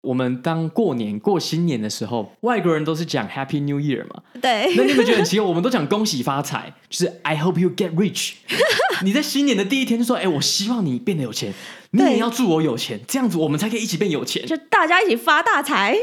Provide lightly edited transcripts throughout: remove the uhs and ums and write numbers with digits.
我们当过年过新年的时候，外国人都是讲 Happy New Year 嘛， 对， 那你们觉得很奇怪？我们都讲恭喜发财，就是 I hope you get rich 你在新年的第一天就说我希望你变得有钱，你也要祝我有钱，这样子我们才可以一起变有钱， 就大家一起发大财。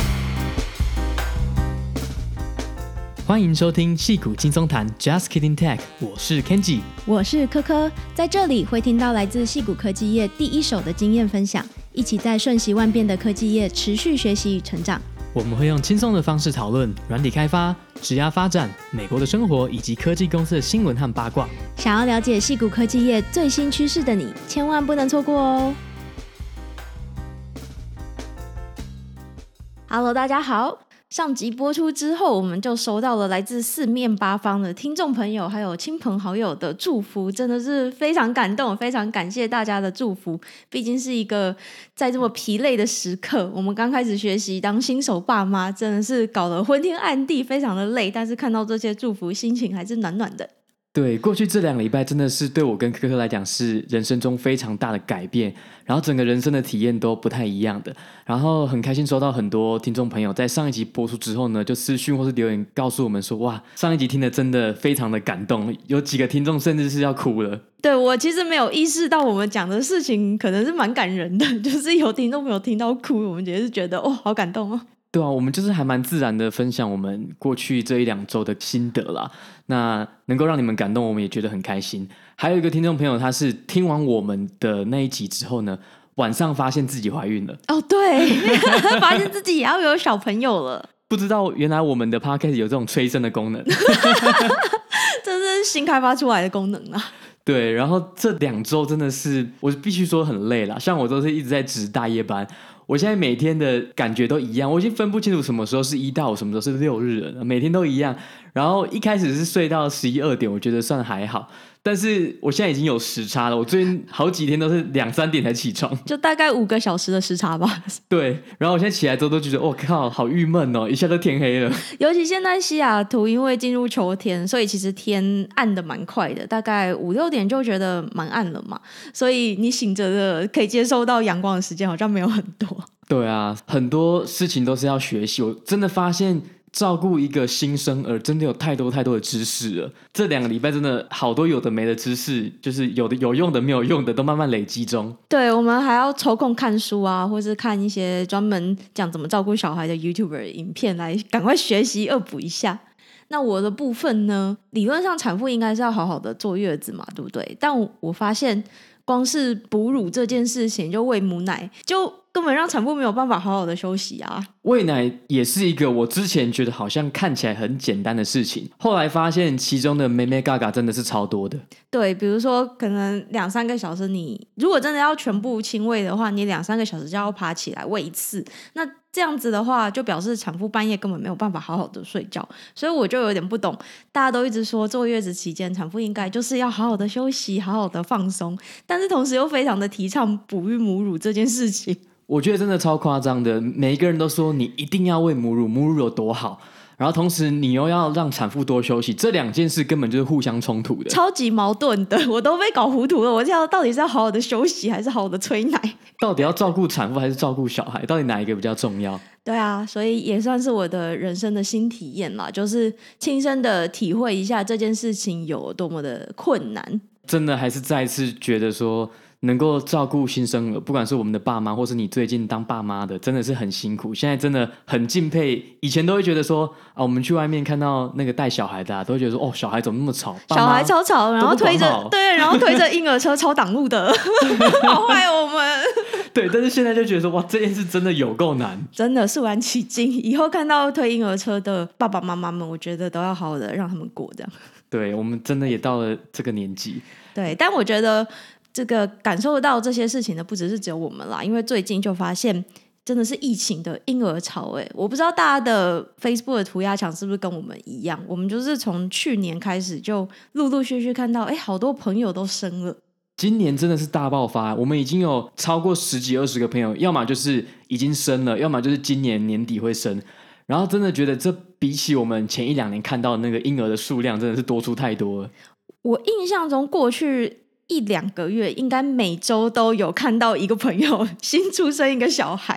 欢迎收听矽谷轻松谈 Just Kidding Tech， 我是 Kenji， 我是科科，在这里会听到来自矽谷科技业第一手的经验分享，一起在瞬息万变的科技业持续学习与成长。 我们会用轻松的方式讨论软体开发、职涯发展、美国的生活以及科技公司的新闻和八卦。 想要了解矽谷科技业最新趋势的你，千万不能错过哦。Hello， 大家好。上集播出之后，我们就收到了来自四面八方的听众朋友还有亲朋好友的祝福，真的是非常感动，非常感谢大家的祝福。毕竟是一个在这么疲累的时刻，我们刚开始学习当新手爸妈，真的是搞得昏天暗地，非常的累，但是看到这些祝福，心情还是暖暖的。 对，过去这2个礼拜真的是对我跟科科来讲是人生中非常大的改变，然后整个人生的体验都不太一样的，然后很开心收到很多听众朋友在上一集播出之后呢，就私讯或是留言告诉我们说，哇，上一集听的真的非常的感动，有几个听众甚至是要哭了。 对，我其实没有意识到我们讲的事情可能是蛮感人的，就是有听众朋友听到哭，我们也是觉得好感动哦。 对啊，我们就是还蛮自然的分享我们过去这1-2周的心得啦，那能够让你们感动，我们也觉得很开心。还有一个听众朋友，他是听完我们的那一集之后呢，晚上发现自己怀孕了。 哦，对发现自己也要有小朋友了， 不知道原来我们的 podcast 有这种催生的功能这是新开发出来的功能啊。 对，然后这2周真的是我必须说很累啦，像我都是一直在值大夜班，我现在每天的感觉都一样，我已经分不清楚什么时候是1到5，什么时候是6日了，每天都一样。然后一开始是睡到11、2点，我觉得算还好，但是我现在已经有时差了，我最近好几天都是2、3点才起床， 就大概5个小时的时差吧。 对，然后我现在起来之后都觉得靠，好郁闷哦，一下就天黑了。 尤其现在西雅图因为进入秋天，所以其实天暗的蛮快的，大概5、6点就觉得蛮暗了嘛，所以你醒着的可以接受到阳光的时间好像没有很多。 对啊，很多事情都是要学习，我真的发现照顾一个新生儿真的有太多的知识了，这2个礼拜真的好多有的没的知识，就是有的有用的没有用的都慢慢累积中。 对，我们还要抽空看书啊，或是看一些专门讲怎么照顾小孩的 YouTuber 影片来赶快学习恶补一下。那我的部分呢，理论上产妇应该是要好好的坐月子嘛，对不对？但我发现光是哺乳这件事情，就喂母奶，就根本让产妇没有办法好好的休息啊。 喂奶也是一个我之前觉得好像看起来很简单的事情，后来发现其中的妹妹嘎嘎真的是超多的。 对，比如说可能2、3个小时，你如果真的要全部亲喂的话，你2、3个小时就要爬起来喂一次，那这样子的话就表示产妇半夜根本没有办法好好的睡觉。所以我就有点不懂，大家都一直说坐月子期间产妇应该就是要好好的休息，好好的放松，但是同时又非常的提倡哺育母乳这件事情。 我觉得真的超夸张的，每一个人都说你一定要喂母乳，母乳有多好，然后同时你又要让产妇多休息，这2件事根本就是互相冲突的， 超级矛盾的，我都被搞糊涂了。我知道到底是要好好的休息还是好好的催奶， 到底要照顾产妇还是照顾小孩，到底哪一个比较重要？ 对啊，所以也算是我的人生的新体验啦，就是亲身的体会一下这件事情有多么的困难。 真的还是再一次觉得说能够照顾新生儿，不管是我们的爸妈或是你最近当爸妈的，真的是很辛苦，现在真的很敬佩。以前都会觉得说我们去外面看到那个带小孩的都会觉得说小孩怎么那么吵， 小孩超吵，然后推着对，然后推着婴儿车超挡路的好坏我们对，但是现在就觉得说哇，这件事真的有够难， 真的肃然起敬。以后看到推婴儿车的爸爸妈妈们，我觉得都要好好的让他们过这样。 对，我们真的也到了这个年纪。 对，但我觉得这个感受到这些事情的不只有我们啦，因为最近就发现真的是疫情的婴儿潮。我不知道大家的 Facebook 的涂鸦墙是不是跟我们一样，我们就是从去年开始就陆陆续续看到好多朋友都生了。 今年真的是大爆发，我们已经有超过10几20个朋友，要么就是已经生了，要么就是今年年底会生，然后真的觉得这比起我们前1-2年看到的那个婴儿的数量真的是多出太多了。 我印象中过去1-2个月应该每周都有看到一个朋友新出生一个小孩，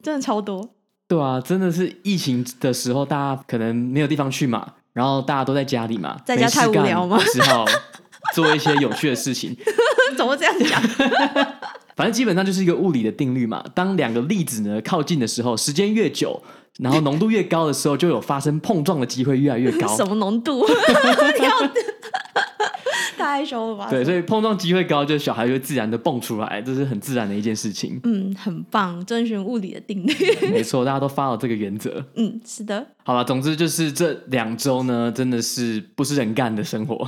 真的超多。 对啊，真的是疫情的时候，大家可能没有地方去嘛，然后大家都在家里嘛， 在家太无聊吗？ 只好做一些有趣的事情。 怎么这样讲？ 反正基本上就是一个物理的定律嘛，当两个粒子呢靠近的时候，时间越久，然后浓度越高的时候，就有发生碰撞的机会越来越高。 什么浓度？太害羞了吧？ 对，所以碰撞机会高，就小孩就会自然的蹦出来，这是很自然的一件事情。 很棒，遵循物理的定律。 没错，大家都follow这个原则。 是的。 好了，总之就是这2周呢，真的是不是人干的生活。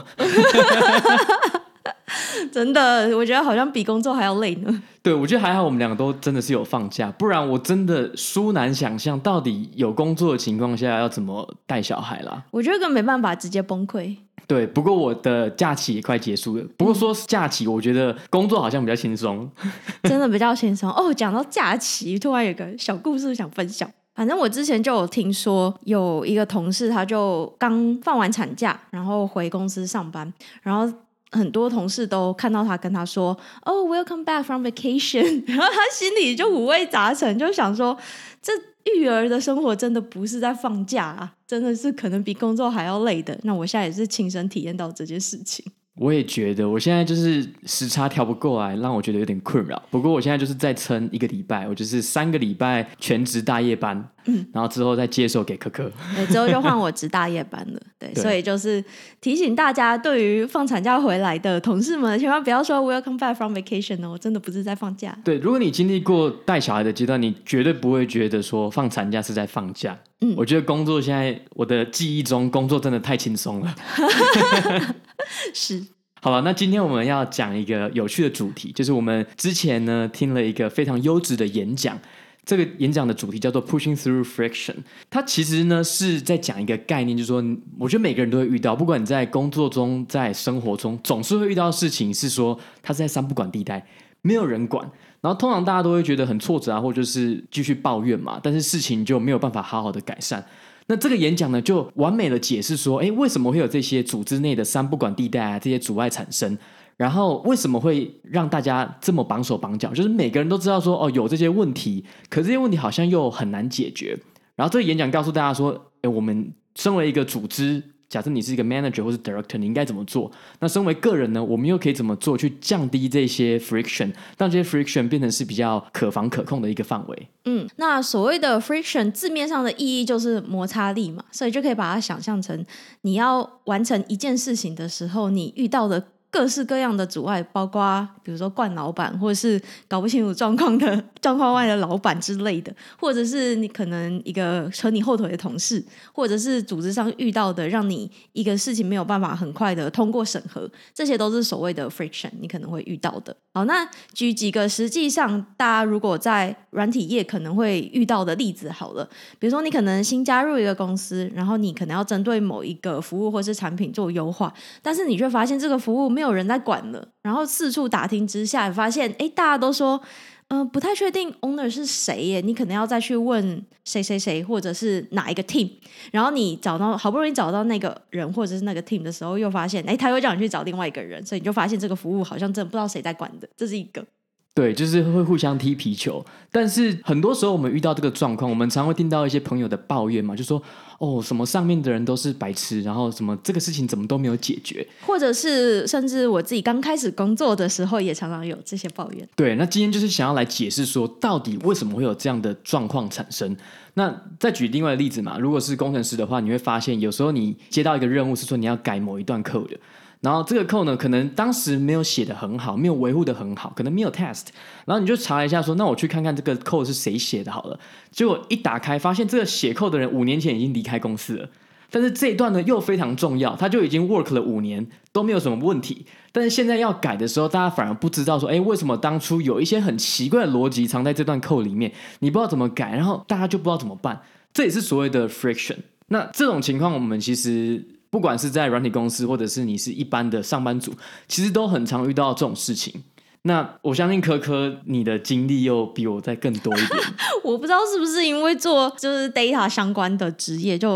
真的，我觉得好像比工作还要累呢。 对，我觉得还好，我们2个都真的是有放假，不然我真的殊难想象，到底有工作的情况下要怎么带小孩啦。 我觉得更没办法，直接崩溃。 对，不过我的假期也快结束了。不过说假期，我觉得工作好像比较轻松， 真的比较轻松哦。讲到假期，突然有个小故事想分享。反正我之前就有听说，有一个同事，他就刚放完产假，然后回公司上班，然后很多同事都看到他跟他说，Oh, welcome back from vacation 然后他心里就五味杂陈，就想说这育儿的生活真的不是在放假啊，真的是可能比工作还要累的。那我现在也是亲身体验到这件事情。 我也觉得我现在就是时差调不过来，让我觉得有点困扰。不过我现在就是再撑1个礼拜，我就是3个礼拜全职大夜班，然后之后再接手给可可。 对，之后就换我值大夜班了。对，所以就是提醒大家，对于放产假回来的同事们，千万不要说 Welcome back from vacation 哦，真的不是在放假。 对，如果你经历过带小孩的阶段，你绝对不会觉得说放产假是在放假。我觉得工作现在我的记忆中，工作真的太轻松了。 是。 好了，那今天我们要讲一个有趣的主题，就是我们之前呢听了一个非常优质的演讲，这个演讲的主题叫做 Pushing Through Friction。 它其实呢是在讲一个概念，就是说我觉得每个人都会遇到，不管你在工作中在生活中，总是会遇到的事情是说它是在三不管地带，没有人管，然后通常大家都会觉得很挫折啊，或者是继续抱怨嘛，但是事情就没有办法好好的改善。那这个演讲呢，就完美的解释说，为什么会有这些组织内的三不管地带啊，这些阻碍产生，然后为什么会让大家这么绑手绑脚，就是每个人都知道说，有这些问题，可这些问题好像又很难解决。然后这个演讲告诉大家说，我们身为一个组织，假设你是一个 manager 或是 director， 你应该怎么做？那身为个人呢，我们又可以怎么做去降低这些 friction， 让这些 friction 变成是比较可防可控的一个范围？ 那所谓的 friction 字面上的意义就是摩擦力嘛，所以就可以把它想象成你要完成一件事情的时候，你遇到的各式各样的阻碍，包括比如说惯老板，或者是搞不清楚状况外的老板之类的，或者是你可能一个扯你后腿的同事，或者是组织上遇到的让你一个事情没有办法很快的通过审核，这些都是所谓的 friction 你可能会遇到的。好，那举几个实际上大家如果在软体业可能会遇到的例子好了，比如说你可能新加入一个公司，然后你可能要针对某一个服务或是产品做优化，但是你却发现这个服务没有人在管了，然后四处打听之下发现大家都说不太确定 owner 是谁耶，你可能要再去问谁谁谁或者是哪一个 team， 然后你好不容易找到那个人或者是那个 team 的时候，又发现他又叫你去找另外一个人，所以你就发现这个服务好像真的不知道谁在管的，这是一个。 对，就是会互相踢皮球。但是很多时候我们遇到这个状况，我们常会听到一些朋友的抱怨嘛，就说什么上面的人都是白痴，然后什么这个事情怎么都没有解决， 或者是甚至我自己刚开始工作的时候也常常有这些抱怨。 对，那今天就是想要来解释说到底为什么会有这样的状况产生。那再举另外的例子嘛，如果是工程师的话，你会发现有时候你接到一个任务是说你要改某一段 code，然后这个 code 呢可能当时没有写得很好，没有维护得很好，可能没有 test， 然后你就查一下说那我去看看这个 code 是谁写的好了，结果一打开发现这个写 code 的人5年前已经离开公司了，但是这一段呢又非常重要，他就已经 work 了5年都没有什么问题，但是现在要改的时候大家反而不知道说为什么当初有一些很奇怪的逻辑藏在这段 code 里面，你不知道怎么改，然后大家就不知道怎么办，这也是所谓的 friction。 那这种情况我们其实不管是在软体公司或者是你是一般的上班族，其实都很常遇到这种事情。那我相信科科你的经历又比我再更多一点。 我不知道是不是因为做就是 data 相关的职业，就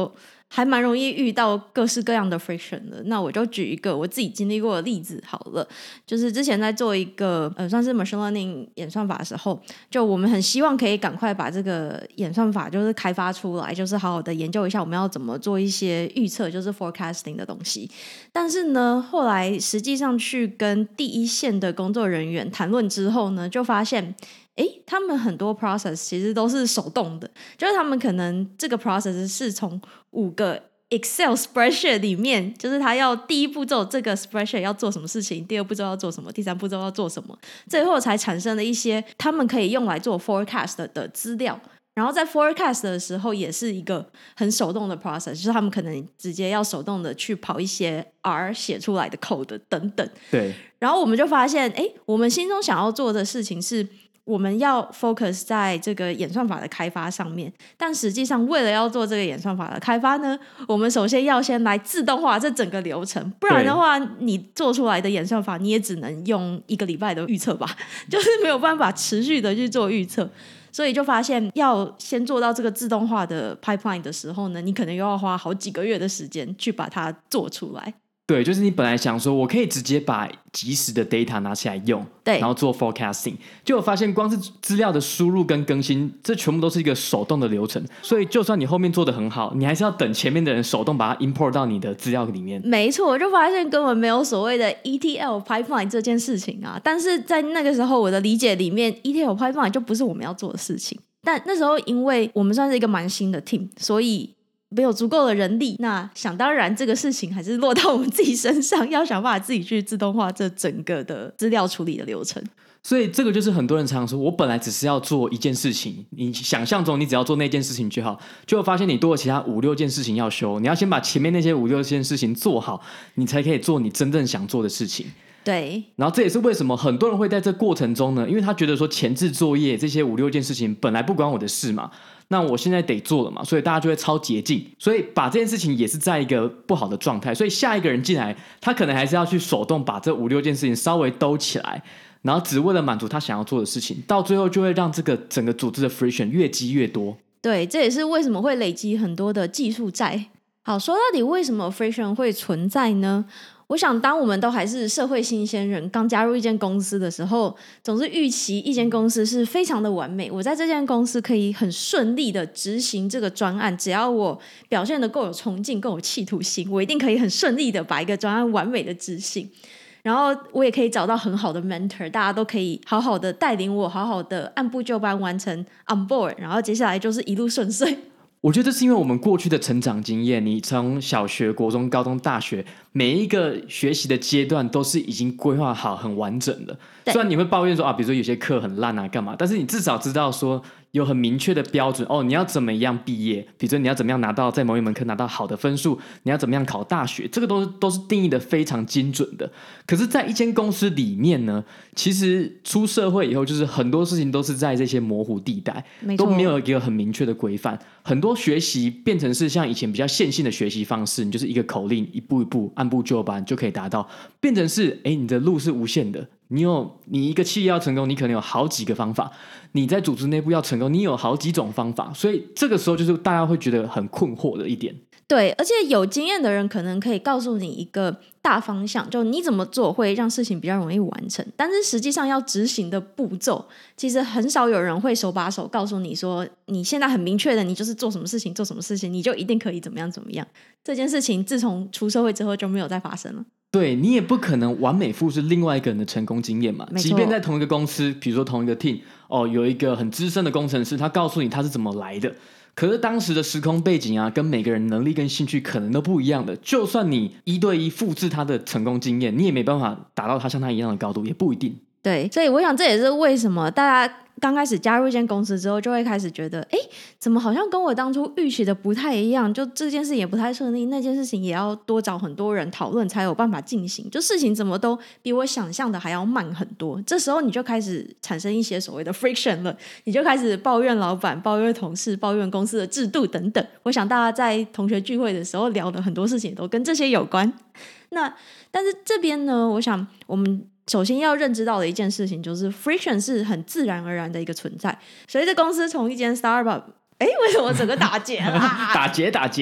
还蛮容易遇到各式各样的 friction 的。那我就举一个我自己经历过的例子好了，就是之前在做一个算是 machine learning 演算法的时候，就我们很希望可以赶快把这个演算法就是开发出来，就是好好的研究一下我们要怎么做一些预测，就是 forecasting 的东西。但是呢，后来实际上去跟第一线的工作人员谈论之后呢，就发现他们很多 process 其实都是手动的，就是他们可能这个 process 是从5个 Excel spreadsheet 里面，就是他要第一步骤这个 spreadsheet 要做什么事情，第二步骤要做什么，第三步骤要做什么，最后才产生了一些他们可以用来做 forecast 的资料。然后在 forecast 的时候也是一个很手动的 process， 就是他们可能直接要手动的去跑一些 R 写出来的 code 等等。 对， 然后我们就发现我们心中想要做的事情是我们要 focus 在这个演算法的开发上面，但实际上为了要做这个演算法的开发呢，我们首先要先来自动化这整个流程，不然的话你做出来的演算法你也只能用1个礼拜的预测吧，就是没有办法持续的去做预测。所以就发现要先做到这个自动化的 pipeline 的时候呢，你可能又要花好几个月的时间去把它做出来。 对，就是你本来想说我可以直接把即时的 data 拿起来用， 对， 然后做 forecasting， 结果发现光是资料的输入跟更新，这全部都是一个手动的流程，所以就算你后面做得很好，你还是要等前面的人手动把它 import 到你的资料里面。 没错，我就发现根本没有所谓的 ETL pipeline 这件事情啊，但是在那个时候我的理解里面 ETL pipeline 就不是我们要做的事情。但那时候因为我们算是一个蛮新的 team， 所以没有足够的人力，那想当然这个事情还是落到我们自己身上，要想办法自己去自动化这整个的资料处理的流程。 所以这个就是很多人常说我本来只是要做一件事情，你想象中你只要做那件事情就好，结果发现你多了其他5-6件事情要修，你要先把前面那些5-6件事情做好，你才可以做你真正想做的事情。 对， 然后这也是为什么很多人会在这过程中呢，因为他觉得说前置作业这些5-6件事情本来不关我的事嘛，那我现在得做了嘛，所以大家就会超捷径，所以把这件事情也是在一个不好的状态，所以下一个人进来他可能还是要去手动把这5-6件事情稍微兜起来，然后只为了满足他想要做的事情，到最后就会让这个整个组织的 friction 越积越多。 对，这也是为什么会累积很多的技术债。好，说到底为什么 friction 会存在呢？我想当我们都还是社会新鲜人，刚加入一间公司的时候，总是预期一间公司是非常的完美，我在这间公司可以很顺利的执行这个专案，只要我表现得够有冲劲，够有企图心，我一定可以很顺利的把一个专案完美的执行，然后我也可以找到很好的 mentor， 大家都可以好好的带领我，好好的按部就班完成 on board， 然后接下来就是一路顺遂。 我觉得这是因为我们过去的成长经验，你从小学、国中、高中、大学每一个学习的阶段都是已经规划好很完整的，虽然你会抱怨说比如说有些课很烂啊干嘛，但是你至少知道说有很明确的标准你要怎么样毕业，比如说你要怎么样拿到在某一门课拿到好的分数，你要怎么样考大学，这个都是定义的非常精准的。可是在一间公司里面呢，其实出社会以后就是很多事情都是在这些模糊地带，都没有一个很明确的规范，很多学习变成是像以前比较线性的学习方式，你就是一个口令一步一步按部就班就可以达到，变成是你的路是无限的，你一个企业要成功，你可能有好几个方法，你在组织内部要成功，你有好几种方法，所以这个时候就是大家会觉得很困惑的一点。 对，而且有经验的人可能可以告诉你一个大方向，就你怎么做会让事情比较容易完成，但是实际上要执行的步骤其实很少有人会手把手告诉你说你现在很明确的你就是做什么事情做什么事情你就一定可以怎么样怎么样，这件事情自从出社会之后就没有再发生了。 对，你也不可能完美复制另外一个人的成功经验嘛，即便在同一个公司，比如说同一个 team 有一个很资深的工程师，他告诉你他是怎么来的，可是当时的时空背景跟每个人能力跟兴趣可能都不一样的，就算你1对1复制他的成功经验，你也没办法达到他像他一样的高度，也不一定。 对，所以我想这也是为什么大家刚开始加入一间公司之后就会开始觉得怎么好像跟我当初预期的不太一样，就这件事也不太顺利，那件事情也要多找很多人讨论才有办法进行，就事情怎么都比我想象的还要慢很多，这时候你就开始产生一些所谓的 friction 了，你就开始抱怨老板，抱怨同事，抱怨公司的制度等等。我想大家在同学聚会的时候聊的很多事情都跟这些有关。但是这边呢，我想我们首先要认知到的一件事情就是 friction 是很自然而然的一个存在。随着公司从一间 startup 为什么整个打结啦？ 打结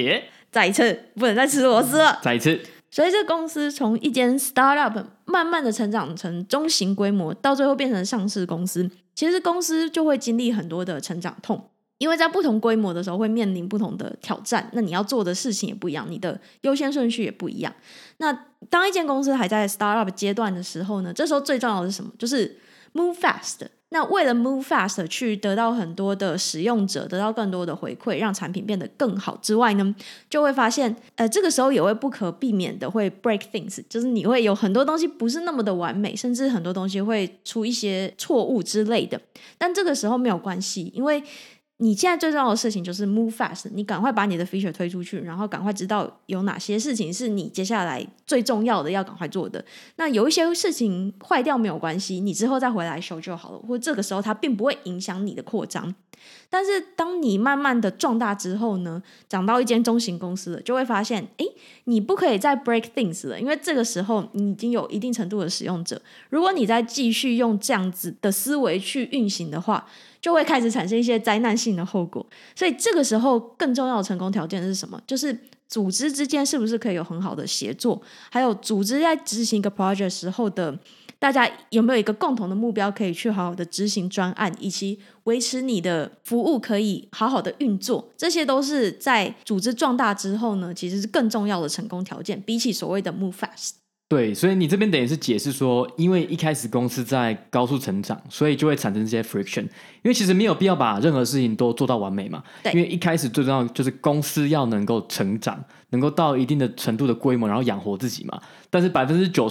再一次不能再吃螺丝了。 再一次， 所以这公司从一间 startup 慢慢的成长成中型规模，到最后变成上市公司。其实公司就会经历很多的成长痛，因为在不同规模的时候会面临不同的挑战，那你要做的事情也不一样，你的优先顺序也不一样。那当一间公司还在 startup 阶段的时候呢，这时候最重要的是什么？就是 move fast。那为了 move fast 去得到很多的使用者，得到更多的回馈，让产品变得更好之外呢，就会发现这个时候也会不可避免的会 break things， 就是你会有很多东西不是那么的完美，甚至很多东西会出一些错误之类的。但这个时候没有关系，因为你现在最重要的事情就是 move fast， 你赶快把你的 feature 推出去，然后赶快知道有哪些事情是你接下来最重要的要赶快做的。那有一些事情坏掉没有关系，你之后再回来修就好了，或这个时候它并不会影响你的扩张。但是当你慢慢的壮大之后呢，长到一间中型公司了，就会发现你不可以再 break things 了，因为这个时候你已经有一定程度的使用者，如果你再继续用这样子的思维去运行的话，就会开始产生一些灾难性的后果。所以这个时候更重要的成功条件是什么？就是组织之间是不是可以有很好的协作，还有组织在执行一个 project 时候的大家有没有一个共同的目标可以去好好的执行专案，以及维持你的服务可以好好的运作，这些都是在组织壮大之后呢，其实是更重要的成功条件，比起所谓的 move fast。 对，所以你这边等于是解释说，因为一开始公司在高速成长，所以就会产生这些 friction。因为其实没有必要把任何事情都做到完美嘛。 对， 因为一开始最重要就是公司要能够成长，能够到一定的程度的规模，然后养活自己嘛。但是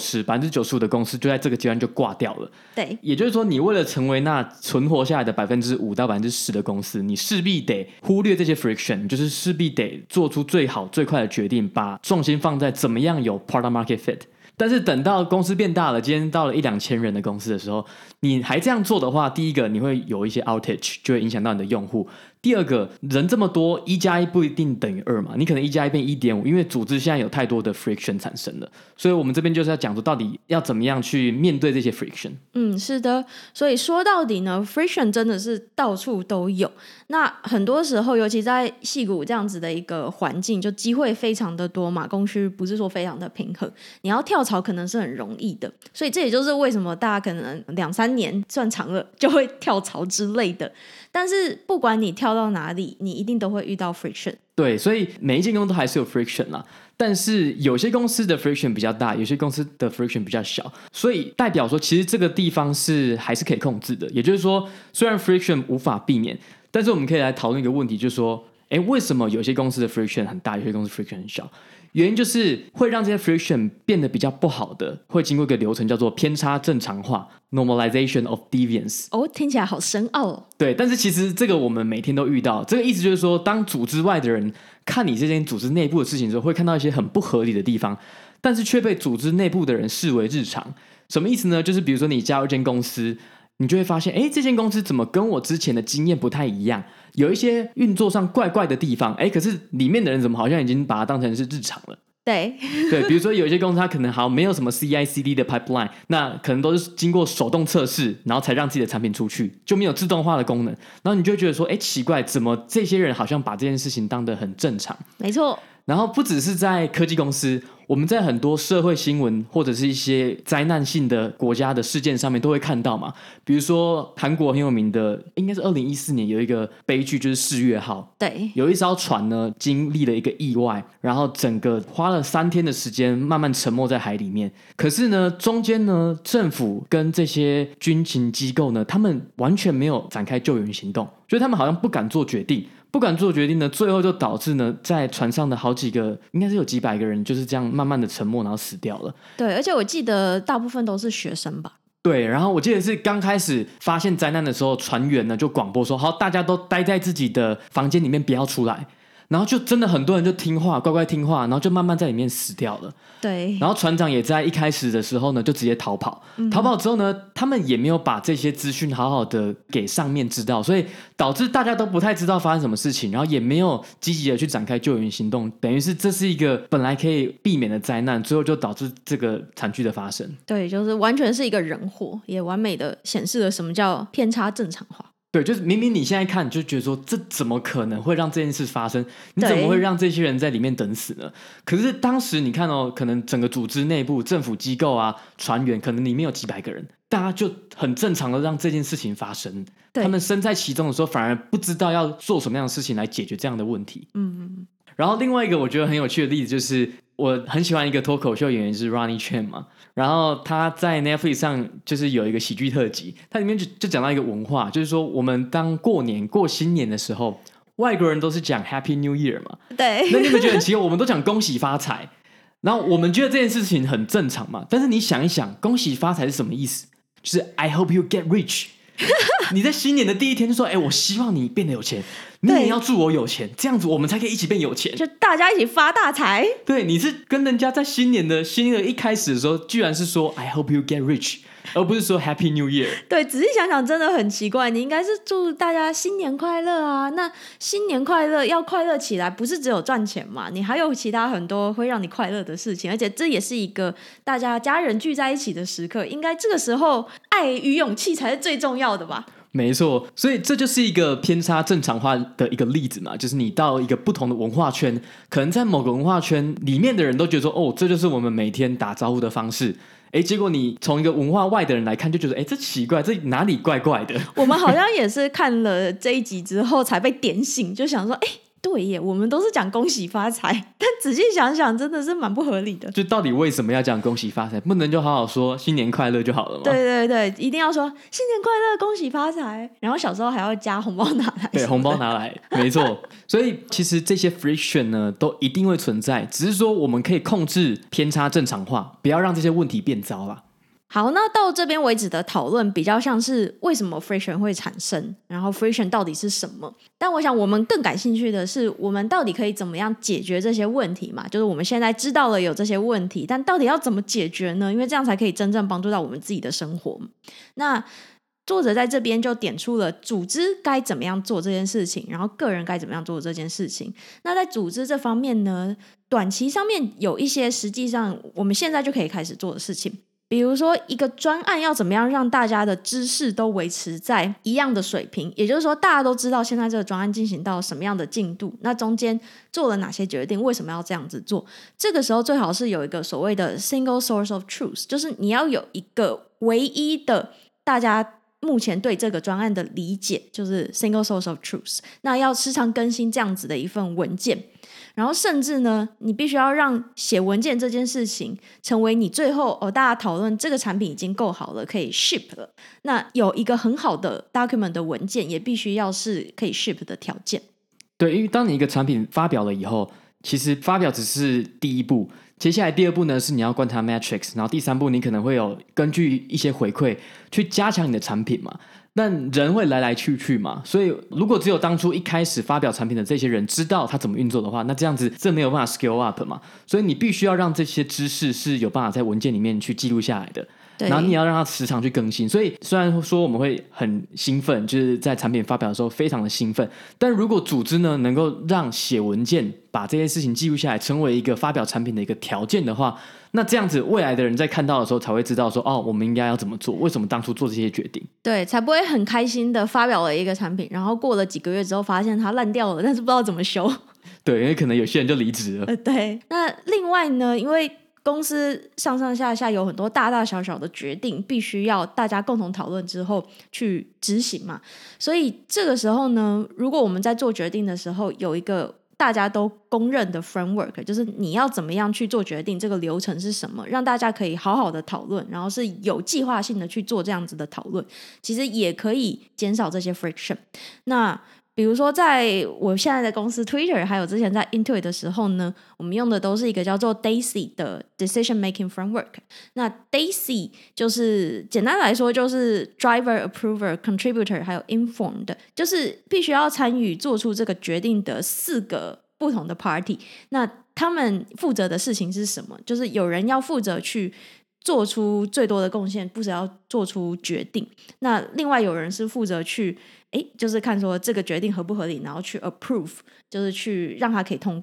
95%的公司就在这个阶段就挂掉了。 对， 也就是说，你为了成为那存活下来的5%到10%的公司，你势必得忽略这些 friction， 就是势必得做出最好最快的决定，把重心放在怎么样有 product market fit。但是等到公司变大了，今天到了1-2千人的公司的时候，你还这样做的话，第一个你会有一些 outage， 就会影响到你的用户。第二个，人这么多，1+1不一定等于2嘛，你可能1+1变1.5，因为组织现在有太多的 friction 产生了。所以我们这边就是要讲说，到底要怎么样去面对这些 friction。 是的，所以说到底呢 friction 真的是到处都有。那很多时候，尤其在矽谷这样子的一个环境，就机会非常的多嘛，供需不是说非常的平衡，你要跳槽可能是很容易的。所以这也就是为什么大家可能2-3年算长了就会跳槽之类的。但是不管你跳到哪里，你一定都会遇到 friction。 对，所以每一间公司都还是有 friction 啦，但是有些公司的 friction 比较大，有些公司的 friction 比较小，所以代表说其实这个地方还是可以控制的。也就是说，虽然 friction 无法避免，但是我们可以来讨论一个问题，就是说为什么有些公司的 friction 很大，有些公司 friction 很小？原因就是会让这些 friction 变得比较不好的，会经过一个流程叫做偏差正常化 normalization of deviance。 听起来好深奥哦。 对，但是其实这个我们每天都遇到。这个意思就是说，当组织外的人看你这间组织内部的事情的时候，会看到一些很不合理的地方，但是却被组织内部的人视为日常。什么意思呢？就是比如说你加入一间公司，你就会发现这间公司怎么跟我之前的经验不太一样，有一些运作上怪怪的地方，可是里面的人怎么好像已经把它当成是日常了。 对， 比如说有一些公司它可能没有什么 CI/CD 的 pipeline， 那可能都是经过手动测试，然后才让自己的产品出去，就没有自动化的功能。然后你就会觉得说，奇怪，怎么这些人好像把这件事情当得很正常？ 没错。 然后不只是在科技公司，我们在很多社会新闻或者是一些灾难性的国家的事件上面都会看到嘛。比如说韩国很有名的，应该是2014年有一个悲剧，就是世越号。 对， 有一艘船呢经历了一个意外，然后整个花了3天的时间慢慢沉没在海里面。可是呢，中间呢，政府跟这些军情机构呢，他们完全没有展开救援行动，所以他们好像不敢做决定。不敢做决定呢，最后就导致呢，在船上的好几个，应该是有几百个人，就是这样慢慢的沉没，然后死掉了。 对，而且我记得大部分都是学生吧。 对，然后我记得是刚开始发现灾难的时候，船员呢就广播说，好，大家都待在自己的房间里面，不要出来。然后就真的很多人就听话，乖乖听话，然后就慢慢在里面死掉了。 对， 然后船长也在一开始的时候呢，就直接逃跑。逃跑之后呢，他们也没有把这些资讯好好的给上面知道，所以导致大家都不太知道发生什么事情，然后也没有积极的去展开救援行动，等于是这是一个本来可以避免的灾难，最后就导致这个惨剧的发生。 对，就是完全是一个人祸，也完美的显示了什么叫偏差正常化。 对，就是明明你现在看你就觉得说这怎么可能会让这件事发生，你怎么会让这些人在里面等死呢？可是当时你看哦，可能整个组织内部政府机构啊船员可能里面有几百个人，大家就很正常的让这件事情发生，他们身在其中的时候反而不知道要做什么样的事情来解决这样的问题。然后另外一个我觉得很有趣的例子就是我很喜欢一个脱口秀演员是 Ronnie Chan 嘛，然后他在 Netflix 上就是有一个喜剧特辑，它里面就讲到一个文化，就是说我们当过年过新年的时候，外国人都是讲 Happy New Year 嘛， 对， 那你们觉得很奇怪，我们都讲恭喜发财，然后我们觉得这件事情很正常嘛，但是你想一想，恭喜发财是什么意思？就是 I hope you get rich 你在新年的第一天就说我希望你变得有钱，你也要祝我有钱，这样子我们才可以一起变有钱， 就大家一起发大财。 对，你是跟人家在新年的一开始的时候居然是说 I hope you get rich， 而不是说 Happy New Year。 对，仔细想想真的很奇怪，你应该是祝大家新年快乐啊，那新年快乐要快乐起来不是只有赚钱嘛，你还有其他很多会让你快乐的事情，而且这也是一个大家家人聚在一起的时刻，应该这个时候爱与勇气才是最重要的吧。 没错，所以这就是一个偏差正常化的一个例子嘛，就是你到一个不同的文化圈，可能在某个文化圈里面的人都觉得说这就是我们每天打招呼的方式，结果你从一个文化外的人来看就觉得这奇怪，这哪里怪怪的。 我们好像也是看了这一集之后才被点醒，就想说对耶，我们都是讲恭喜发财，但仔细想想真的是蛮不合理的。 就到底为什么要讲恭喜发财？不能就好好说新年快乐就好了吗？ 对对对，一定要说新年快乐恭喜发财，然后小时候还要加红包拿来。 对，红包拿来，没错。所以其实这些 friction 呢都一定会存在，只是说我们可以控制偏差正常化，不要让这些问题变糟啦。 好，那到这边为止的讨论比较像是为什么 friction 会产生，然后 friction 到底是什么。但我想我们更感兴趣的是我们到底可以怎么样解决这些问题嘛，就是我们现在知道了有这些问题，但到底要怎么解决呢？因为这样才可以真正帮助到我们自己的生活。那作者在这边就点出了组织该怎么样做这件事情，然后个人该怎么样做这件事情。那在组织这方面呢，短期上面有一些实际上我们现在就可以开始做的事情，比如说一个专案要怎么样让大家的知识都维持在一样的水平，也就是说大家都知道现在这个专案进行到什么样的进度，那中间做了哪些决定，为什么要这样子做。这个时候最好是有一个所谓的 single source of truth， 就是你要有一个唯一的大家目前对这个专案的理解，就是 single source of truth。 那要时常更新这样子的一份文件，然后甚至呢你必须要让写文件这件事情成为你最后大家讨论这个产品已经够好了可以 ship 了，那有一个很好的 document 的文件也必须要是可以 ship 的条件。 对，因为当你一个产品发表了以后，其实发表只是第一步，接下来第二步呢是你要观察 metrics， 然后第三步你可能会有根据一些回馈去加强你的产品嘛。但人会来来去去嘛，所以如果只有当初一开始发表产品的这些人知道他怎么运作的话，那这样子这没有办法 scale up 嘛。所以你必须要让这些知识是有办法在文件里面去记录下来的，然后你也要让它时常去更新。所以虽然说我们会很兴奋，就是在产品发表的时候非常的兴奋，但如果组织呢能够让写文件把这些事情记录下来成为一个发表产品的一个条件的话，那这样子未来的人在看到的时候才会知道说我们应该要怎么做，为什么当初做这些决定。 对，才不会很开心的发表了一个产品，然后过了几个月之后发现它烂掉了，但是不知道怎么修。 对，因为可能有些人就离职了。 对，那另外呢，因为公司上上下下有很多大大小小的决定必须要大家共同讨论之后去执行嘛，所以这个时候呢，如果我们在做决定的时候有一个大家都公认的 framework， 就是你要怎么样去做决定，这个流程是什么，让大家可以好好的讨论，然后是有计划性的去做这样子的讨论，其实也可以减少这些 friction。 那比如说在我现在的公司 Twitter 还有之前在 Intuit 的时候呢，我们用的都是一个叫做 DAISY 的 Decision Making Framework。 那 DAISY 就是简单来说就是 Driver, Approver, Contributor 还有 Informed， 就是必须要参与做出这个决定的4个不同的 party。 那他们负责的事情是什么？就是有人要负责去做出最多的贡献，不只要做出决定，那另外有人是负责去就是看说这个决定合不合理，然后去 approve， 就是去让它可以通过。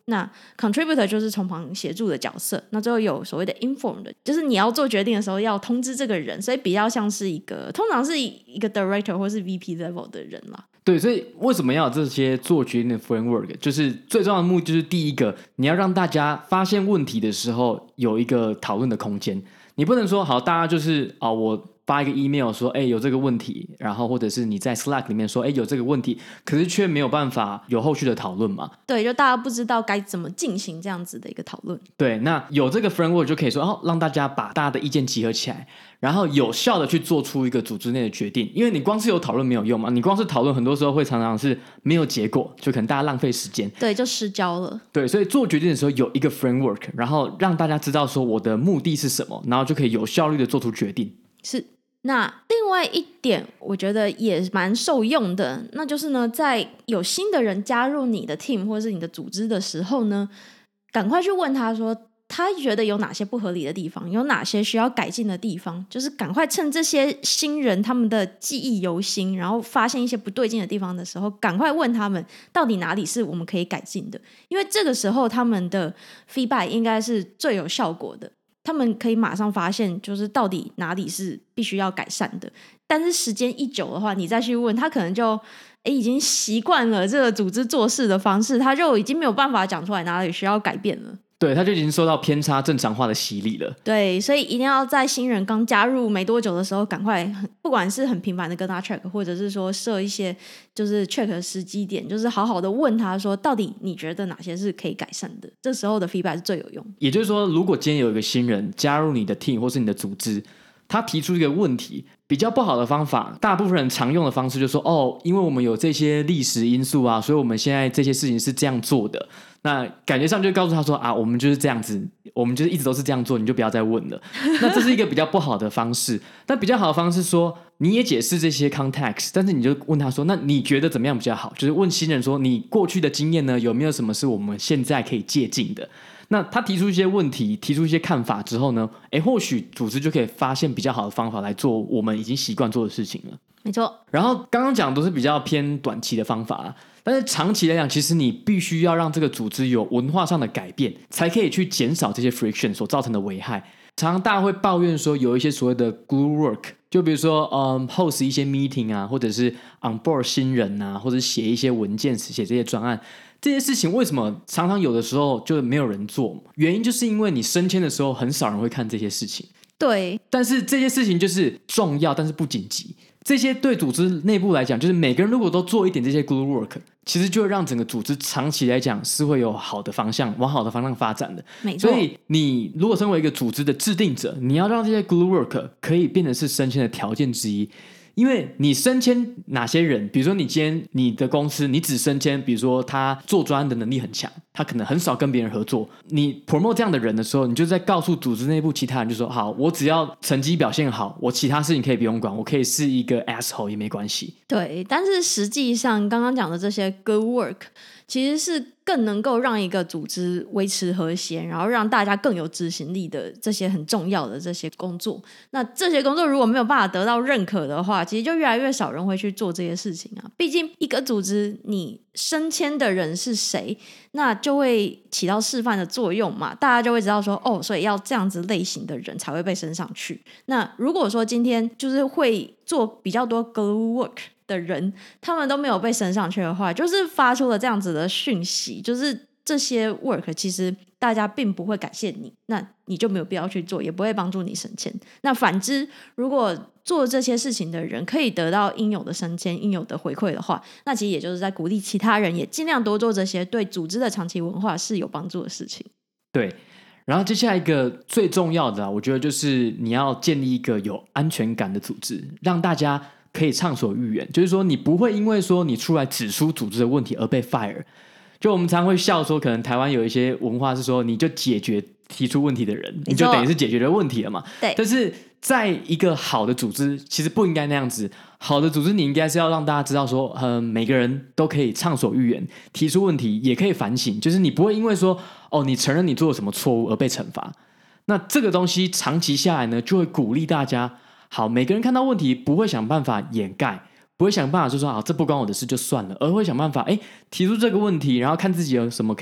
那 contributor 就是从旁协助的角色，那最后有所谓的 informed， 就是你要做决定的时候要通知这个人，所以比较像是通常是一个 director 或是 VP level 的人啦。 对，所以为什么要有这些做决定的 framework？ 就是最重要的目的就是第一个，你要让大家发现问题的时候有一个讨论的空间。你不能说好，大家就是我发一个 email 说有这个问题，然后或者是你在 Slack 里面说有这个问题，可是却没有办法有后续的讨论嘛。 对，就大家不知道该怎么进行这样子的一个讨论。 对，那有这个 framework 就可以说让大家把大家的意见集合起来，然后有效的去做出一个组织内的决定。因为你光是有讨论没有用嘛，你光是讨论很多时候会常常是没有结果，就可能大家浪费时间， 对，就失焦了。 对，所以做决定的时候有一个 framework， 然后让大家知道说我的目的是什么，然后就可以有效率的做出决定。 是。那另外一点我觉得也蛮受用的，那就是呢，在有新的人加入你的 team 或是你的组织的时候呢，赶快去问他说他觉得有哪些不合理的地方，有哪些需要改进的地方，就是赶快趁这些新人他们的记忆犹新，然后发现一些不对劲的地方的时候，赶快问他们到底哪里是我们可以改进的，因为这个时候他们的 feedback 应该是最有效果的，他们可以马上发现就是到底哪里是必须要改善的。但是时间一久的话，你再去问他，可能就已经习惯了这个组织做事的方式，他就已经没有办法讲出来哪里需要改变了。 对，他就已经受到偏差正常化的洗礼了。 对，所以一定要在新人刚加入没多久的时候赶快，不管是很频繁的跟他 check， 或者是说设一些就是 check 的时机点，就是好好的问他说到底你觉得哪些是可以改善的，这时候的 feedback 是最有用。 也就是说，如果今天有一个新人加入你的 team 或是你的组织，他提出一个问题，比较不好的方法，大部分人常用的方式就是说因为我们有这些历史因素啊，所以我们现在这些事情是这样做的。那感觉上就告诉他说我们就是这样子，我们就是一直都是这样做，你就不要再问了。那这是一个比较不好的方式。但比较好的方式说，你也解释这些 context， 但是你就问他说，那你觉得怎么样比较好？就是问新人说，你过去的经验呢，有没有什么是我们现在可以借鉴的？那他提出一些问题，提出一些看法之后呢，或许组织就可以发现比较好的方法来做我们已经习惯做的事情了。 没错。 然后刚刚讲的都是比较偏短期的方法但是长期来讲，其实你必须要让这个组织有文化上的改变，才可以去减少这些 friction 所造成的危害。常常大家会抱怨说有一些所谓的 glue work， 就比如说host 一些 meeting 啊，或者是 on board 新人啊，或者写一些文件，写这些专案，这些事情为什么常常有的时候就没有人做？原因就是因为你升迁的时候很少人会看这些事情。 对， 但是这些事情就是重要但是不紧急，这些对组织内部来讲，就是每个人如果都做一点这些 glue work， 其实就会让整个组织长期来讲是会有好的方向，往好的方向发展的。 没错。 所以你如果身为一个组织的制定者，你要让这些 glue work 可以变成是升迁的条件之一。因为你升迁哪些人，比如说你今天你的公司你只升迁比如说他做专案的能力很强，他可能很少跟别人合作，你 promote 这样的人的时候，你就在告诉组织内部其他人就说，好，我只要成绩表现好，我其他事情可以不用管，我可以是一个 asshole 也没关系。 对，但是实际上刚刚讲的这些 good work 其实是更能够让一个组织维持和谐，然后让大家更有执行力的这些很重要的这些工作。那这些工作如果没有办法得到认可的话，其实就越来越少人会去做这些事情啊。毕竟一个组织你升迁的人是谁，那就会起到示范的作用嘛，大家就会知道说所以要这样子类型的人才会被升上去。那如果说今天就是会做比较多 glue work 的人，他们都没有被升上去的话，就是发出了这样子的讯息，就是这些 work 其实大家并不会感谢你，那你就没有必要去做，也不会帮助你升迁。那反之，如果做这些事情的人可以得到应有的升迁、应有的回馈的话，那其实也就是在鼓励其他人也尽量多做这些对组织的长期文化是有帮助的事情。 对，然后接下来一个最重要的我觉得就是你要建立一个有安全感的组织，让大家可以畅所欲言，就是说你不会因为说你出来指出组织的问题而被 fire。 就我们常会笑说可能台湾有一些文化是说你就解决提出问题的人，你就等于是解决了问题了嘛。 对。 但是在一个好的组织其实不应该那样子，好的组织你应该是要让大家知道说每个人都可以畅所欲言，提出问题也可以反省，就是你不会因为说你承认你做了什么错误而被惩罚。那这个东西长期下来呢，就会鼓励大家，好，每个人看到问题不会想办法掩盖，不会想办法就说这不关我的事就算了，而会想办法提出这个问题，然后看自己有什么可以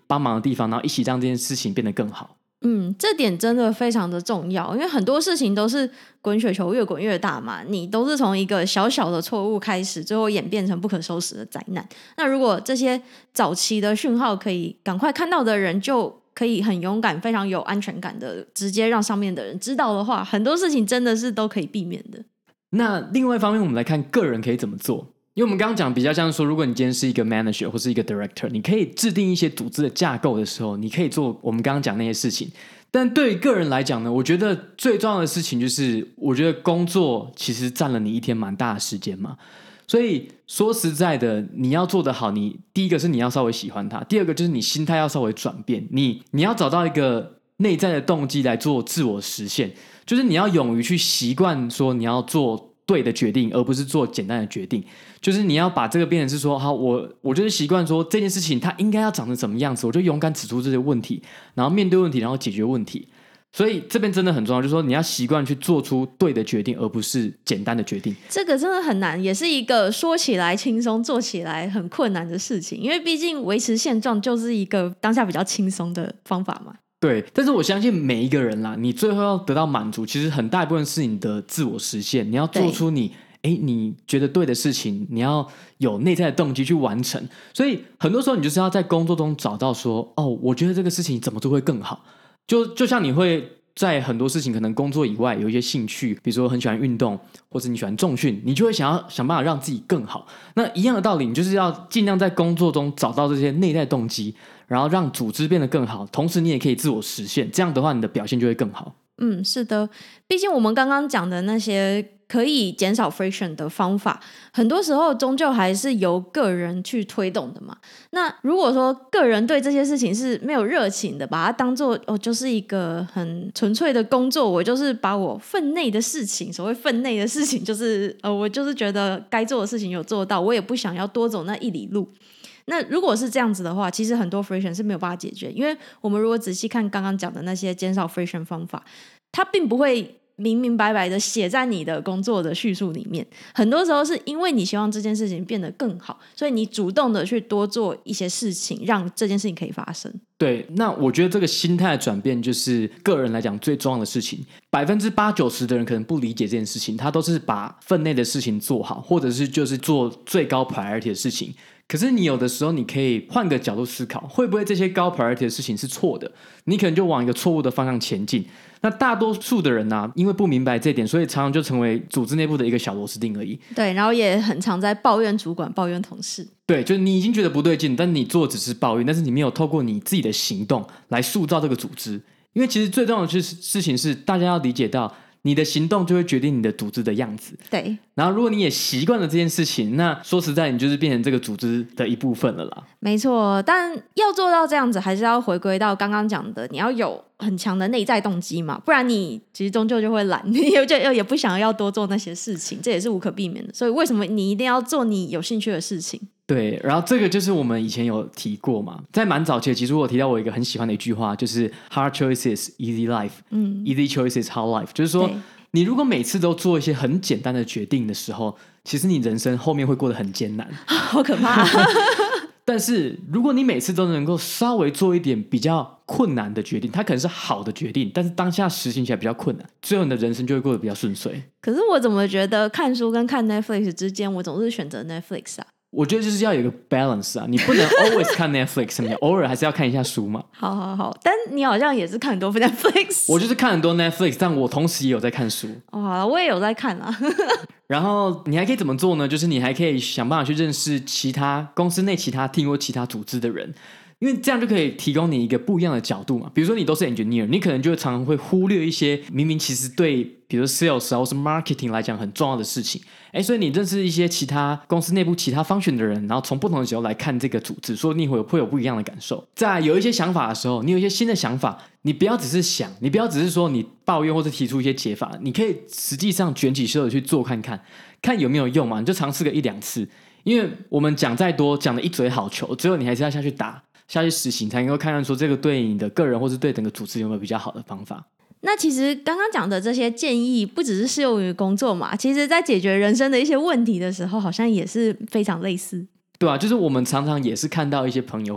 帮忙的地方，然后一起让这件事情变得更好。 这点真的非常的重要，因为很多事情都是滚雪球越滚越大嘛，你都是从一个小小的错误开始，最后演变成不可收拾的灾难。那如果这些早期的讯号可以赶快看到的人，就可以很勇敢非常有安全感的直接让上面的人知道的话，很多事情真的是都可以避免的。 那另外一方面我们来看个人可以怎么做，因为我们刚刚讲比较像说，如果你今天是一个 manager 或是一个 director， 你可以制定一些组织的架构的时候，你可以做我们刚刚讲那些事情。但对于个人来讲呢，我觉得最重要的事情就是，我觉得工作其实占了你一天蛮大的时间嘛，所以说实在的，你要做得好，你第一个是你要稍微喜欢它，第二个就是你心态要稍微转变，你要找到一个内在的动机来做自我实现，就是你要勇于去习惯说你要做对的决定，而不是做简单的决定。就是你要把这个变成是说，好，我就是习惯说这件事情它应该要长成什么样子，我就勇敢指出这些问题，然后面对问题，然后解决问题。所以这边真的很重要，就是说你要习惯去做出对的决定，而不是简单的决定。 这个真的很难，也是一个说起来轻松，做起来很困难的事情。因为毕竟维持现状就是一个当下比较轻松的方法嘛。 对，但是我相信每一个人啦，你最后要得到满足，其实很大一部分是你的自我实现。你要做出你觉得对的事情，你要有内在的动机去完成。所以很多时候你就是要在工作中找到说，我觉得这个事情怎么做会更好。就像你会在很多事情可能工作以外有一些兴趣，比如说很喜欢运动，或者你喜欢重训，你就会想办法让自己更好。那一样的道理，你就是要尽量在工作中找到这些内在动机，然后让组织变得更好，同时你也可以自我实现，这样的话你的表现就会更好。 是的，毕竟我们刚刚讲的那些可以减少 friction 的方法，很多时候终究还是由个人去推动的嘛。那如果说个人对这些事情是没有热情的，把它当做就是一个很纯粹的工作，我就是把我分内的事情，所谓分内的事情就是我就是觉得该做的事情有做到，我也不想要多走那一里路。那如果是这样子的话，其实很多 friction 是没有办法解决，因为我们如果仔细看刚刚讲的那些减少 friction 方法，它并不会明明白白的写在你的工作的叙述里面，很多时候是因为你希望这件事情变得更好，所以你主动的去多做一些事情，让这件事情可以发生。 对，那我觉得这个心态的转变就是个人来讲最重要的事情。80%-90%的人可能不理解这件事情，他都是把分内的事情做好，或者是就是做最高 priority 的事情。可是你有的时候你可以换个角度思考，会不会这些高 priority 的事情是错的，你可能就往一个错误的方向前进。那大多数的人啊，因为不明白这点，所以常常就成为组织内部的一个小螺丝钉而已。 对，然后也很常在抱怨主管，抱怨同事。 对，就是你已经觉得不对劲，但你做只是抱怨，但是你没有透过你自己的行动来塑造这个组织。因为其实最重要的事情是，大家要理解到你的行动就会决定你的组织的样子。 对， 然后如果你也习惯了这件事情，那说实在，你就是变成这个组织的一部分了啦。 没错，但要做到这样子，还是要回归到刚刚讲的，你要有很强的内在动机嘛，不然你其实终究就会懒，你也不想要多做那些事情，这也是无可避免的。所以为什么你一定要做你有兴趣的事情？ 对，然后这个就是我们以前有提过嘛，在蛮早期的，其实我提到我一个很喜欢的一句话，就是 Hard choices, easy life. Easy choices, hard life. 就是说，你如果每次都做一些很简单的决定的时候，其实你人生后面会过得很艰难， 好可怕。 但是如果你每次都能够稍微做一点比较困难的决定，它可能是好的决定，但是当下实行起来比较困难，最后你的人生就会过得比较顺遂。 可是我怎么觉得看书跟看 Netflix 之间，我总是选择 Netflix 啊？ 我觉得就是要有一个 balance 啊，你不能 always 看 Netflix， 你偶尔还是要看一下书嘛。 好，但你好像也是看很多 Netflix。 我就是看很多 Netflix， 但我同时也有在看书。 好了，我也有在看啊。 然后你还可以怎么做呢？就是你还可以想办法去认识其他公司内其他 team 或其他组织的人。因为这样就可以提供你一个不一样的角度嘛。比如说你都是 engineer， 你可能就会常常会忽略一些明明其实对比如 sales 或是 marketing 来讲很重要的事情。所以你认识一些其他公司内部其他 function 的人，然后从不同的角度来看这个组织，说你会有不一样的感受。在有一些想法的时候，你有一些新的想法，你不要只是想，你不要只是说你抱怨或者提出一些解法，你可以实际上卷起袖子去做看看，看有没有用嘛。你就尝试个1-2次，因为我们讲再多，讲的一嘴好球，最后你还是要下去打下去实行，才能够看看说这个对你的个人或是对整个组织有没有比较好的方法。 那其实刚刚讲的这些建议不只是适用于工作嘛，其实在解决人生的一些问题的时候好像也是非常类似。 对啊，就是我们常常也是看到一些朋友会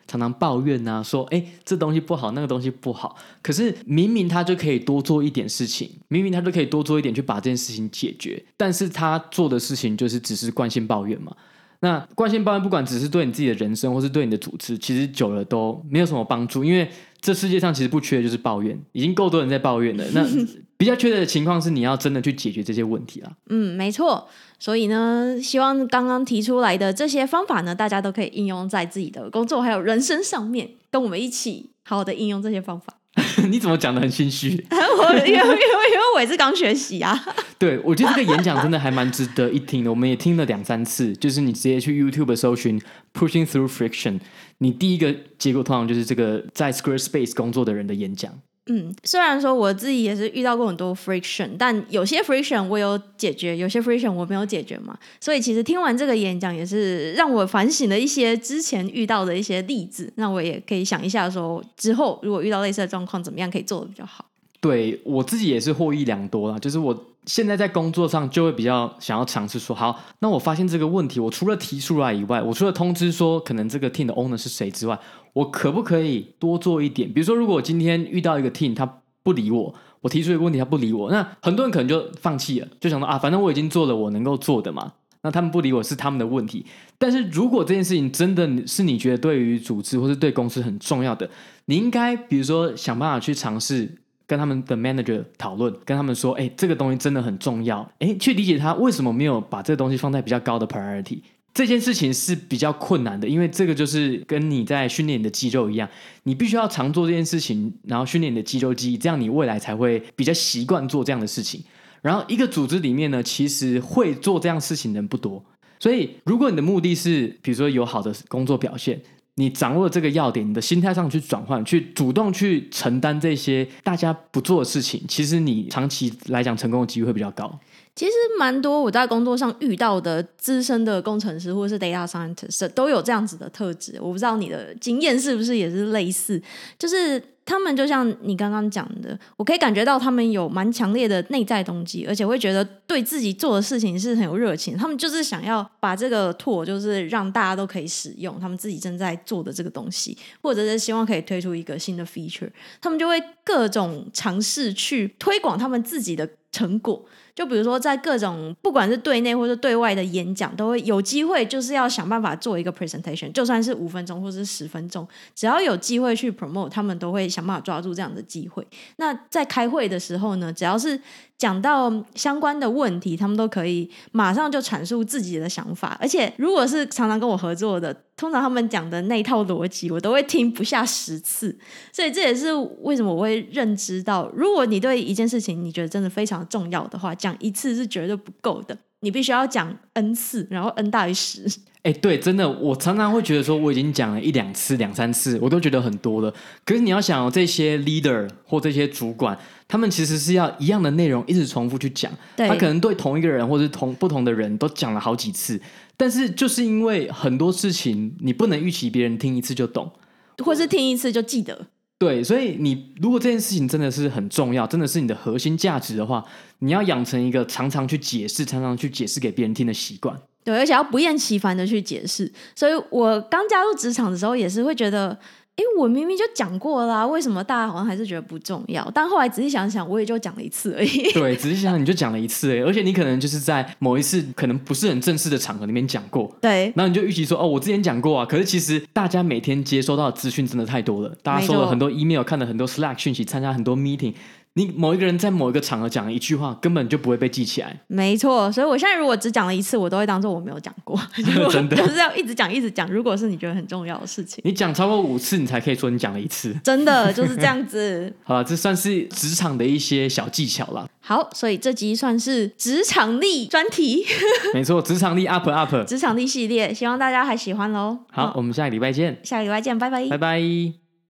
常常抱怨啊，说这东西不好，那个东西不好，可是明明他就可以多做一点事情，明明他就可以多做一点去把这件事情解决，但是他做的事情就是只是惯性抱怨嘛。那惯性抱怨不管只是对你自己的人生或是对你的组织，其实久了都没有什么帮助，因为这世界上其实不缺的就是抱怨，已经够多人在抱怨了。那比较缺的情况是你要真的去解决这些问题啦。 没错。所以呢，希望刚刚提出来的这些方法呢，大家都可以应用在自己的工作还有人生上面，跟我们一起好好的应用这些方法。 你怎么讲得很心虚？ 因为我也是刚学习啊。 对，我觉得这个演讲真的还蛮值得一听的，我们也听了2-3次，就是你直接去 YouTube 搜寻 Pushing Through Friction， 你第一个结果通常就是这个在 Squarespace 工作的人的演讲。 虽然说我自己也是遇到过很多 friction， 但有些 friction 我有解决，有些 friction 我没有解决嘛，所以其实听完这个演讲也是让我反省了一些之前遇到的一些例子，那我也可以想一下说之后如果遇到类似的状况怎么样可以做得比较好。 对，我自己也是获益良多啦，就是我现在在工作上就会比较想要尝试说，好，那我发现这个问题，我除了提出来以外，我除了通知说可能这个 team 的 owner 是谁之外，我可不可以多做一点？比如说如果我今天遇到一个 team 他不理我，我提出一个问题他不理我，那很多人可能就放弃了，就想说反正我已经做了我能够做的嘛，那他们不理我是他们的问题。但是如果这件事情真的是你觉得对于组织或是对公司很重要的，你应该比如说想办法去尝试跟他们的 manager 讨论，跟他们说这个东西真的很重要，去理解他为什么没有把这个东西放在比较高的 priority。 这件事情是比较困难的，因为这个就是跟你在训练你的肌肉一样，你必须要常做这件事情，然后训练你的肌肉记忆，这样你未来才会比较习惯做这样的事情。然后一个组织里面呢，其实会做这样事情的人不多，所以如果你的目的是比如说有好的工作表现，你掌握了这个要点，你的心态上去转换，去主动去承担这些大家不做的事情，其实你长期来讲成功的机会会比较高。 其实蛮多我在工作上遇到的资深的工程师或者是 data scientist 都有这样子的特质，我不知道你的经验是不是也是类似，就是他们就像你刚刚讲的，我可以感觉到他们有蛮强烈的内在动机，而且会觉得对自己做的事情是很有热情，他们就是想要把这个tool就是让大家都可以使用他们自己正在做的这个东西，或者是希望可以推出一个新的 feature， 他们就会各种尝试去推广他们自己的成果。就比如说在各种不管是对内或者对外的演讲，都会有机会就是要想办法做一个 presentation， 就算是5分钟或是10分钟，只要有机会去 promote， 他们都会想办法抓住这样的机会。那在开会的时候呢，只要是讲到相关的问题，他们都可以马上就阐述自己的想法，而且如果是常常跟我合作的，通常他们讲的那一套逻辑我都会听不下10次，所以这也是为什么我会认知到，如果你对一件事情你觉得真的非常重要的话，讲1次是绝对不够的，你必须要讲 N 次，然后 N 大于10。 对，真的，我常常会觉得说我已经讲了1-2次、2-3次，我都觉得很多了。可是你要想这些 leader 或这些主管，他们其实是要一样的内容一直重复去讲，他可能对同一个人或者不同的人都讲了好几次，但是就是因为很多事情你不能预期别人听1次就懂， 或是听1次就记得。 对，所以你如果这件事情真的是很重要，真的是你的核心价值的话，你要养成一个常常去解释给别人听的习惯。 对，而且要不厌其烦的去解释。所以我刚加入职场的时候也是会觉得，我明明就讲过啦，为什么大家好像还是觉得不重要？但后来仔细想想，我也就讲了1次而已。 对，仔细想想你就讲了1次而已，而且你可能就是在某一次可能不是很正式的场合里面讲过， 对， 然后你就预期说我之前讲过啊，可是其实大家每天接收到的资讯真的太多了，大家收了很多 email， 看了很多 Slack 讯息，参加很多 meeting，你某一个人在某一个场合讲了1句话，根本就不会被记起来。 没错，所以我现在如果只讲了1次，我都会当做我没有讲过。 真的就是要一直讲一直讲，如果是你觉得很重要的事情， 你讲超过5次你才可以说你讲了1次， 真的就是这样子。 好了，这算是职场的一些小技巧啦。 好，所以这集算是职场力专题。 没错，职场力 up， 职场力系列，希望大家还喜欢咯。 好，我们下个礼拜见。 下个礼拜见，拜拜， 拜拜。